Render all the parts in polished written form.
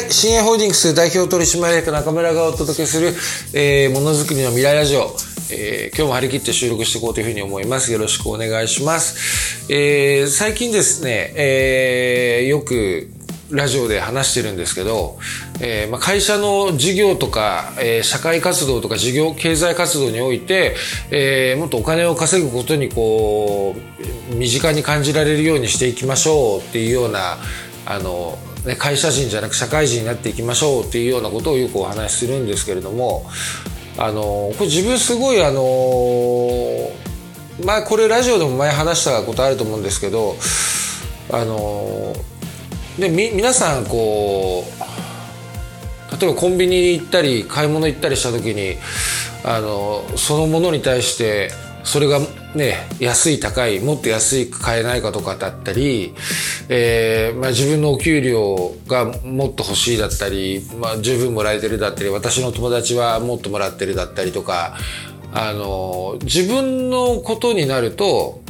新栄ホールディングス代表取締役中村がお届けする、ものづくりの未来ラジオ、今日も張り切って収録していこうというふうに思います。よろしくお願いします。最近ですね、よくラジオで話してるんですけど、会社の事業とか、社会活動とか経済活動において、もっとお金を稼ぐことに身近に感じられるようにしていきましょうっていうような会社人じゃなく社会人になっていきましょうっていうようなことをよくお話しするんですけれども、これ自分すごいこれラジオでも前話したことあると思うんですけど、皆さん例えばコンビニに行ったり買い物行ったりした時にそのものに対してそれがね安い高いもっと安い買えないかとかだったり、自分のお給料がもっと欲しいだったり、十分もらえてるだったり、私の友達はもっともらってるだったりとか、自分のことになると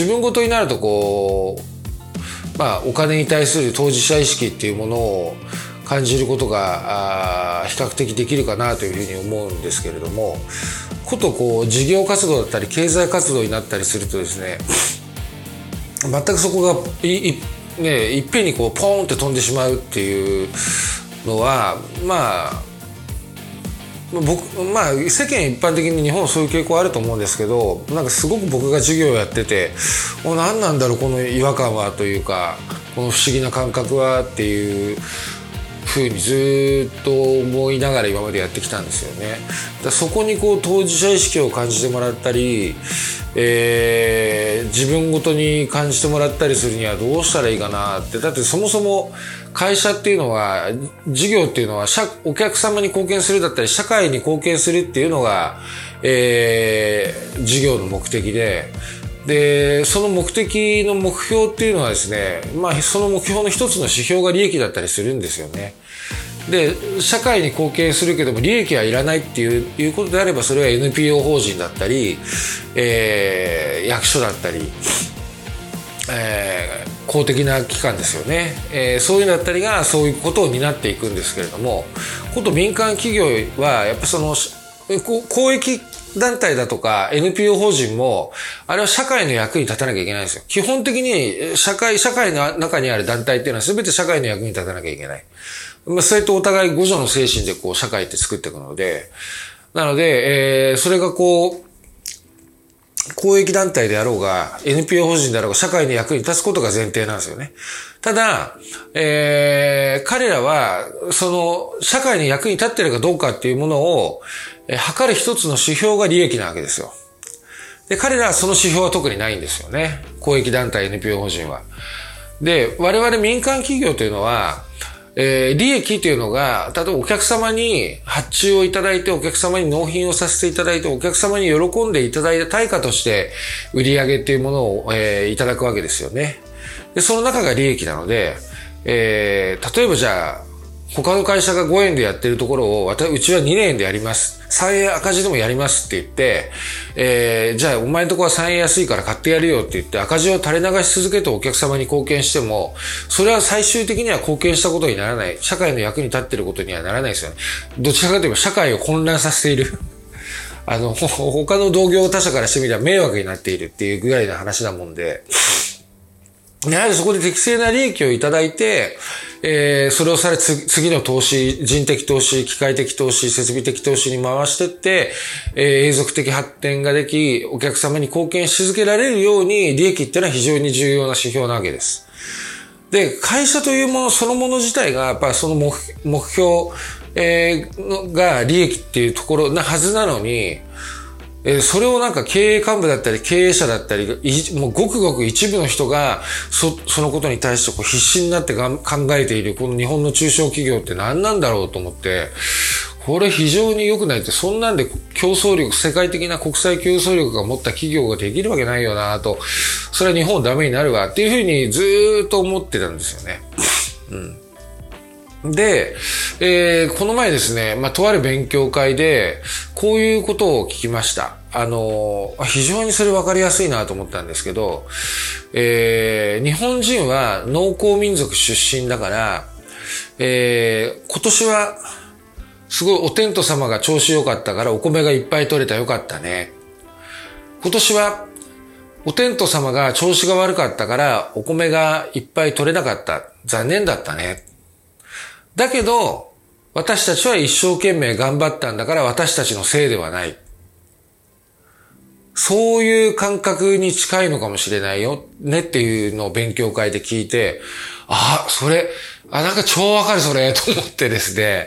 お金に対する当事者意識っていうものを感じることが比較的できるかなというふうに思うんですけれども、事業活動だったり経済活動になったりするとですね、全くそこがいっぺんにポーンって飛んでしまうっていうのは世間一般的に日本はそういう傾向あると思うんですけど、すごく僕が授業をやってて何なんだろうこの違和感はというか、この不思議な感覚はっていうふうにずっと思いながら今までやってきたんですよね。そこに当事者意識を感じてもらったり、自分ごとに感じてもらったりするにはどうしたらいいかなって。だってそもそも会社っていうのは、事業っていうのはお客様に貢献するだったり社会に貢献するっていうのが、事業の目的で、その目的の目標っていうのはですね、その目標の一つの指標が利益だったりするんですよね。で、社会に貢献するけども利益はいらないっていうことであれば、それは NPO 法人だったり、役所だったり、公的な機関ですよね、そういうのだったりがそういうことを担っていくんですけれども、民間企業はやっぱ公益団体だとか NPO 法人もあれは社会の役に立たなきゃいけないんですよ。基本的に社会の中にある団体っていうのは全て社会の役に立たなきゃいけない。それとお互い互助の精神で社会って作っていくので、なので、それが公益団体であろうが NPO 法人であろうが社会の役に立つことが前提なんですよね。ただ、彼らは社会の役に立っているかどうかっていうものを測る一つの指標が利益なわけですよ。で、彼らはその指標は特にないんですよね。公益団体 NPO 法人は。で、我々民間企業というのは、利益というのが、例えばお客様に発注をいただいて、お客様に納品をさせていただいて、お客様に喜んでいただいた対価として売り上げっていうものを、いただくわけですよね。で、その中が利益なので、例えばじゃあ、他の会社が5円でやってるところを、うちは2円でやります。3円赤字でもやりますって言って、じゃあお前のところは3円安いから買ってやるよって言って赤字を垂れ流し続けてお客様に貢献しても、それは最終的には貢献したことにならない。社会の役に立っていることにはならないですよね。どちらかといえば社会を混乱させている。他の同業他社からしてみれば迷惑になっているっていうぐらいの話なもんで、やはりそこで適正な利益をいただいて、それを次の投資、人的投資、機械的投資、設備的投資に回していって、永続的発展ができ、お客様に貢献し続けられるように、利益っていうのは非常に重要な指標なわけです。で、会社というものそのもの自体が、やっぱりその目標、が利益っていうところなはずなのに、それを経営幹部だったり経営者だったり、もうごくごく一部の人がそのことに対して必死になって考えているこの日本の中小企業って何なんだろうと思って、これ非常に良くないって、そんなんで世界的な国際競争力が持った企業ができるわけないよなと、それは日本ダメになるわっていうふうにずーっと思ってたんですよね。で、この前ですね、とある勉強会で、こういうことを聞きました。非常にそれ分かりやすいなと思ったんですけど、日本人は農耕民族出身だから、 今年はすごいお天道様が調子良かったからお米がいっぱい取れたよかったね。今年はお天道様が調子が悪かったからお米がいっぱい取れなかった。残念だったね。だけど私たちは一生懸命頑張ったんだから私たちのせいではない。そういう感覚に近いのかもしれないよねっていうのを勉強会で聞いて、なんか超わかるそれと思ってですね。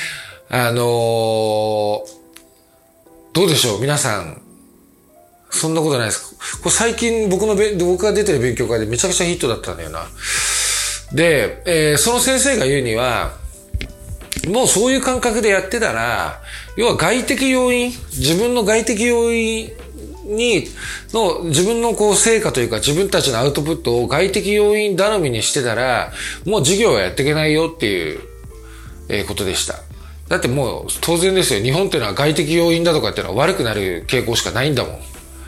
どうでしょう皆さん。そんなことないですか？これ最近僕が出てる勉強会でめちゃくちゃヒットだったんだよな。で、その先生が言うには、もうそういう感覚でやってたら、要は外的要因、自分の外的要因自分の成果というか自分たちのアウトプットを外的要因頼みにしてたら、もう授業はやっていけないよっていう、ことでした。だってもう当然ですよ。日本っていうのは外的要因だとかっていうのは悪くなる傾向しかないんだもん。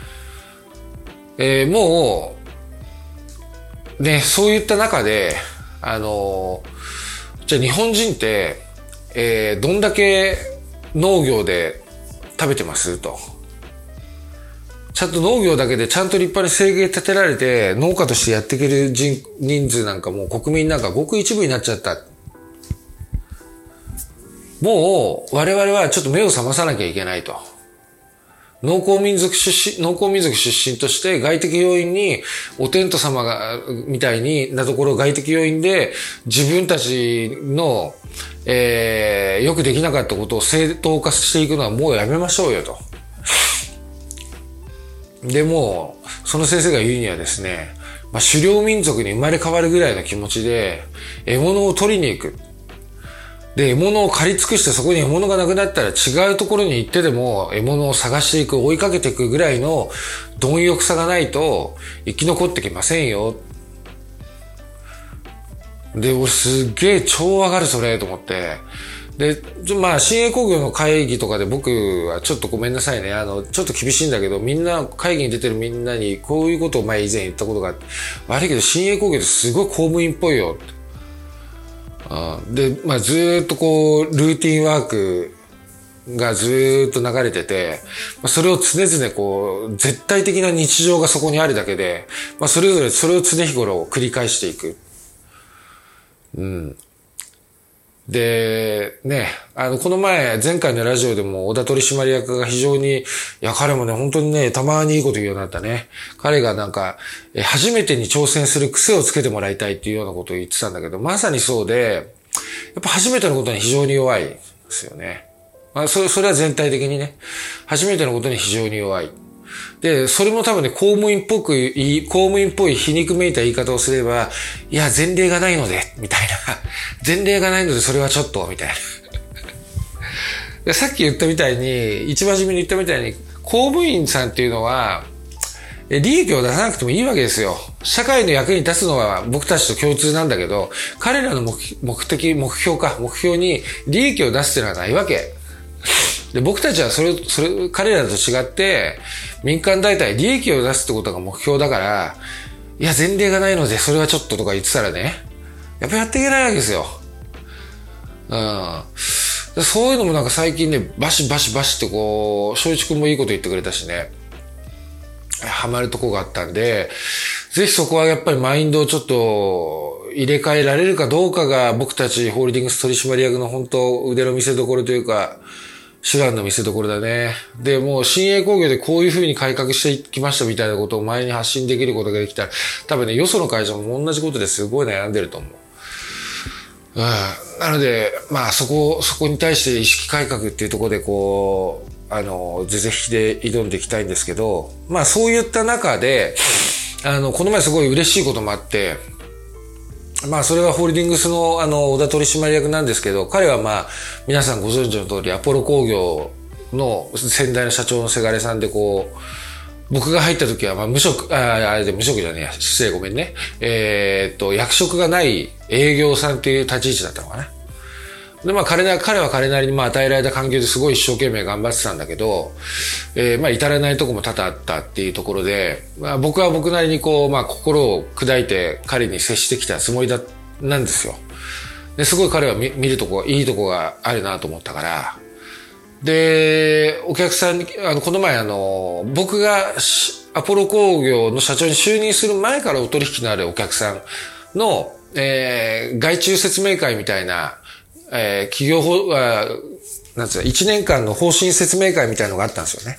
もう、ね、そういった中で、じゃあ日本人って、どんだけ農業で食べてますと。ちゃんと農業だけでちゃんと立派に生計立てられて農家としてやっていける人数なんかもう国民なんかごく一部になっちゃった。もう我々はちょっと目を覚まさなきゃいけないと。農耕民族出身として外的要因にお天道様がみたいになところ外的要因で自分たちの、よくできなかったことを正当化していくのはもうやめましょうよと。でもその先生が言うにはですね、狩猟民族に生まれ変わるぐらいの気持ちで獲物を取りに行く。で、獲物を狩り尽くしてそこに獲物がなくなったら違うところに行ってでも獲物を探していく、追いかけていくぐらいの貪欲さがないと生き残ってきませんよ。で、俺すっげえ超わかるそれと思って。で、新栄工業の会議とかで僕はちょっとごめんなさいね。ちょっと厳しいんだけど、みんな、会議に出てるみんなにこういうことを以前言ったことがあって、悪いけど新栄工業ってすごい公務員っぽいよ。で、ずーっとルーティンワークがずーっと流れてて、それを常々絶対的な日常がそこにあるだけで、それぞれそれを常日頃繰り返していく。で、ね、この前回のラジオでも小田取締役が非常に、彼もね、本当にね、たまにいいこと言うようになったね。彼がなんか、初めてに挑戦する癖をつけてもらいたいっていうようなことを言ってたんだけど、まさにそうで、やっぱ初めてのことに非常に弱いですよね。それは全体的にね、初めてのことに非常に弱い。で、それも多分ね、公務員っぽい皮肉めいた言い方をすれば、いや、前例がないので、みたいな。前例がないので、それはちょっと、みたいな。さっき言ったみたいに、一番初めに言ったみたいに、公務員さんっていうのは、利益を出さなくてもいいわけですよ。社会の役に立つのは僕たちと共通なんだけど、彼らの目標に利益を出すっていうのはないわけ。で、僕たちは彼らと違って、民間大体利益を出すってことが目標だから、いや、前例がないので、それはちょっととか言ってたらね、やっぱやっていけないわけですよ。そういうのもなんか最近ね、バシバシって正一君もいいこと言ってくれたしね、ハマるとこがあったんで、ぜひそこはやっぱりマインドをちょっと入れ替えられるかどうかが僕たちホールディングス取締役の本当腕の見せ所というか、手腕の見せ所だね。で、もう新栄工業でこういう風に改革してきましたみたいなことを前に発信できることができたら、多分ね、よその会社も同じことですごい悩んでると思う。なので、そこに対して意識改革っていうところで是々非で挑んでいきたいんですけど、そういった中で、この前すごい嬉しいこともあって、それはホールディングスの小田取締役なんですけど、彼は皆さんご存知の通りアポロ工業の先代の社長のせがれさんで僕が入った時は無職じゃねえや、失礼ごめんね。役職がない営業さんっていう立ち位置だったのかな。で、彼は彼なりに与えられた環境ですごい一生懸命頑張ってたんだけど、至らないとこも多々あったっていうところで、僕は僕なりに心を砕いて彼に接してきたつもりなんですよ。 で、すごい彼は見るとこ、いいとこがあるなと思ったから、で、お客さんに、この前僕がアポロ工業の社長に就任する前からお取引のあるお客さんの、外注説明会みたいな、企業なんつうの、1年間の方針説明会みたいなのがあったんですよね。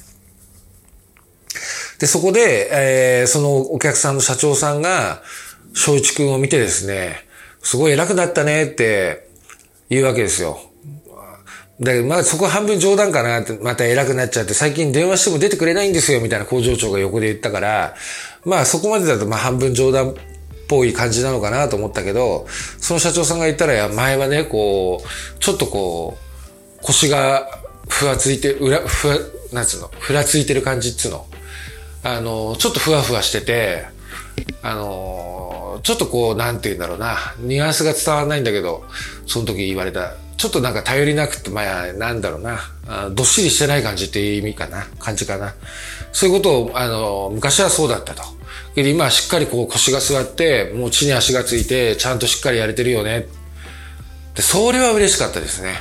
で、そこで、そのお客さんの社長さんが、正一くんを見てですね、すごい偉くなったねって言うわけですよ。で、まあそこ半分冗談かなって、また偉くなっちゃって、最近電話しても出てくれないんですよ、みたいな工場長が横で言ったから、まあそこまでだとまあ半分冗談っぽい感じなのかなと思ったけど、その社長さんが言ったら、いや、前はね、こう、ちょっとこう、腰がふらついて、なんつうの、ふらついてる感じっつうの。ちょっとふわふわしてて、ちょっとこう、なんて言うんだろうな、ニュアンスが伝わらないんだけど、その時言われた。ちょっとなんか頼りなくて、まあ、なんだろうな、どっしりしてない感じっていう意味かな、感じかな。そういうことを、昔はそうだったと。で、今はしっかりこう腰が座って、もう地に足がついて、ちゃんとしっかりやれてるよね。で、それは嬉しかったですね。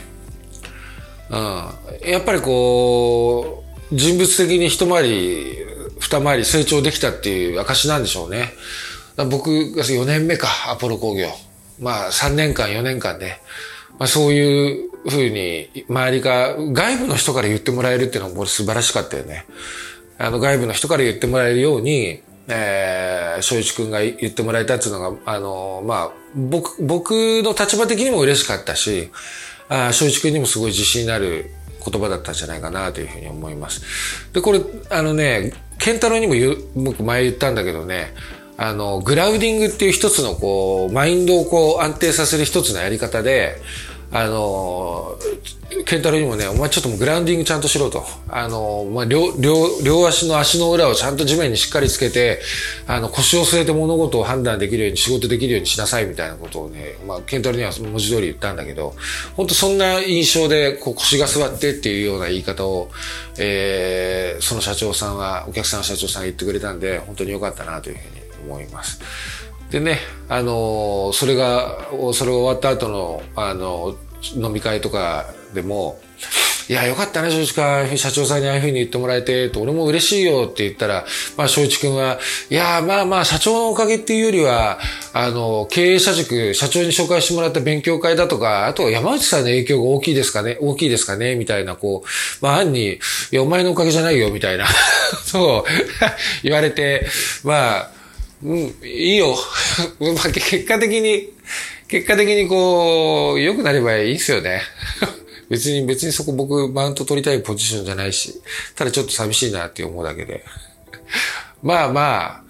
やっぱりこう、人物的に一回り、二回り成長できたっていう証なんでしょうね。僕が4年目か、アポロ工業。まあ3年間、4年間で、まあそういう風に周りが、外部の人から言ってもらえるっていうのも素晴らしかったよね。外部の人から言ってもらえるように、正一くんが言ってもらえたっていうのが、まあ僕の立場的にも嬉しかったし、正一くんにもすごい自信になる言葉だったんじゃないかなというふうに思います。で、これ、健太郎にも僕前言ったんだけどね、グラウディングっていう一つのこう、マインドをこう安定させる一つのやり方で、健太郎にもね、お前ちょっともうグラウンディングちゃんとしろと。まあ、両足の裏をちゃんと地面にしっかりつけて、腰を据えて物事を判断できるように、仕事できるようにしなさいみたいなことをね、まあ、健太郎には文字通り言ったんだけど、本当そんな印象で、こう腰が座ってっていうような言い方を、その社長さんは、お客さんの社長さんが言ってくれたんで、本当に良かったなというふうに思います。でね、それ終わった後の、飲み会とかでも、いや、よかったね、正一君、社長さんにああいう風に言ってもらえて、と、俺も嬉しいよって言ったら、まあ、正一君は、いや、まあまあ、社長のおかげっていうよりは、経営者塾、社長に紹介してもらった勉強会だとか、あとは山内さんの影響が大きいですかね、みたいな、こう、まあ、暗に、いや、お前のおかげじゃないよ、みたいな、そう、言われて、まあ、いいよ。まあ、結果的にこう、良くなればいいっすよね。別にそこ僕マウント取りたいポジションじゃないし、ただちょっと寂しいなって思うだけで。まあ、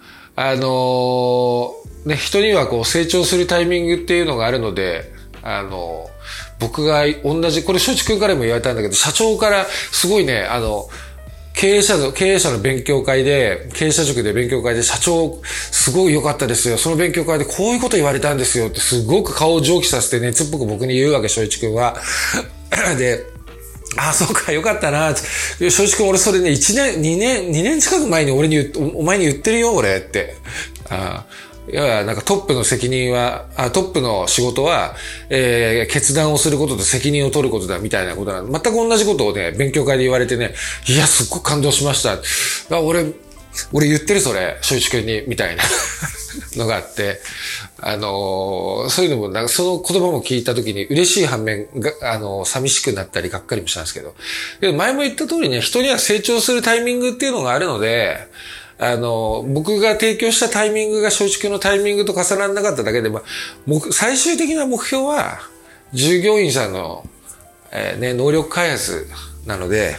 ね、人にはこう成長するタイミングっていうのがあるので、僕がこれ正一君からも言われたんだけど、社長からすごいね、経営者の勉強会で、経営者塾で勉強会で社長、すごい良かったですよ。その勉強会でこういうこと言われたんですよってすごく顔を蒸気させて熱っぽく僕に言うわけ、正一君は。で、そうか、よかったな。正一君、俺それね、2年近く前にお前に言ってるよ、俺って。いや、なんかトップの仕事は、決断をすることと責任を取ることだみたいなこと全く同じことをね、勉強会で言われてね、いや、すっごく感動しました。俺言ってるそれ、正一君に、みたいなのがあって、そういうのも、なんかその言葉も聞いたときに嬉しい反面が、寂しくなったりがっかりもしたんですけど、前も言った通りね、人には成長するタイミングっていうのがあるので、僕が提供したタイミングが正直のタイミングと重ならなかっただけで、最終的な目標は、従業員さんの、能力開発なので、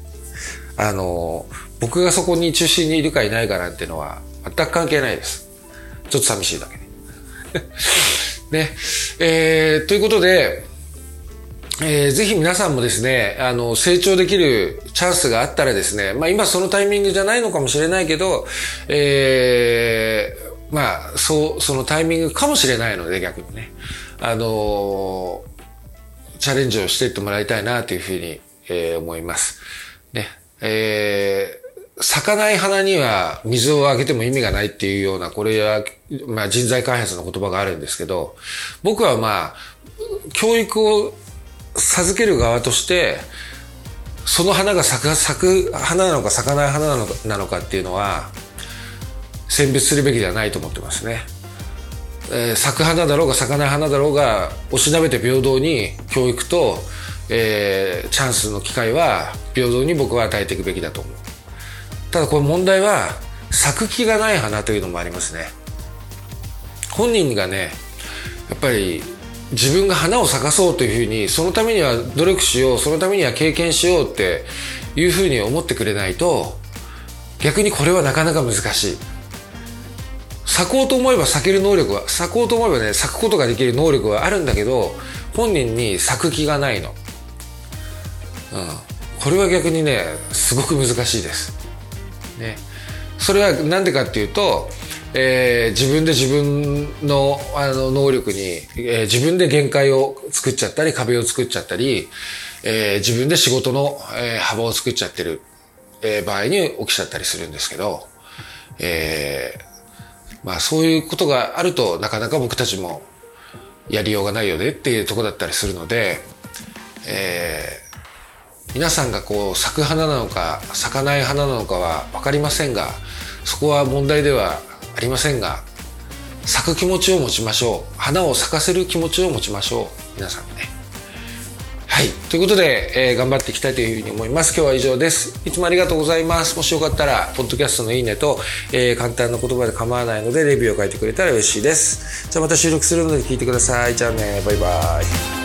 僕がそこに中心にいるかいないかなんていうのは、全く関係ないです。ちょっと寂しいだけで。ね。ということで、ぜひ皆さんもですね、成長できるチャンスがあったらですね、まあ今そのタイミングじゃないのかもしれないけど、まあ、そのタイミングかもしれないので逆にね、チャレンジをしていってもらいたいなというふうに、思います。ね。咲かない花には水をあげても意味がないっていうような、これは、まあ人材開発の言葉があるんですけど、僕はまあ、 教育を授ける側としてその花が咲く花なのか咲かない花なのかっていうのは選別するべきではないと思ってますね。咲く花だろうが咲かない花だろうが押しなべて平等に教育と、チャンスの機会は平等に僕は与えていくべきだと思う。ただこれ問題は咲く気がない花というのもありますね。本人がねやっぱり自分が花を咲かそうというふうにそのためには努力しようそのためには経験しようっていうふうに思ってくれないと逆にこれはなかなか難しい。咲こうと思えば咲ける能力は咲こうと思えばね咲くことができる能力はあるんだけど本人に咲く気がないの、これは逆にねすごく難しいですね。それはなんでかっていうと、自分で自分の能力に、自分で限界を作っちゃったり壁を作っちゃったり、自分で仕事の、幅を作っちゃってる、場合に起きちゃったりするんですけど、まあそういうことがあるとなかなか僕たちもやりようがないよねっていうところだったりするので、皆さんがこう咲く花なのか咲かない花なのかは分かりませんがそこは問題ではありませんが咲く気持ちを持ちましょう。花を咲かせる気持ちを持ちましょう皆さんね。はいということで、頑張っていきたいというふうに思います。今日は以上です。いつもありがとうございます。もしよかったらポッドキャストのいいねと、簡単な言葉で構わないのでレビューを書いてくれたら嬉しいです。じゃあまた収録するので聞いてください。じゃあねバイバイ。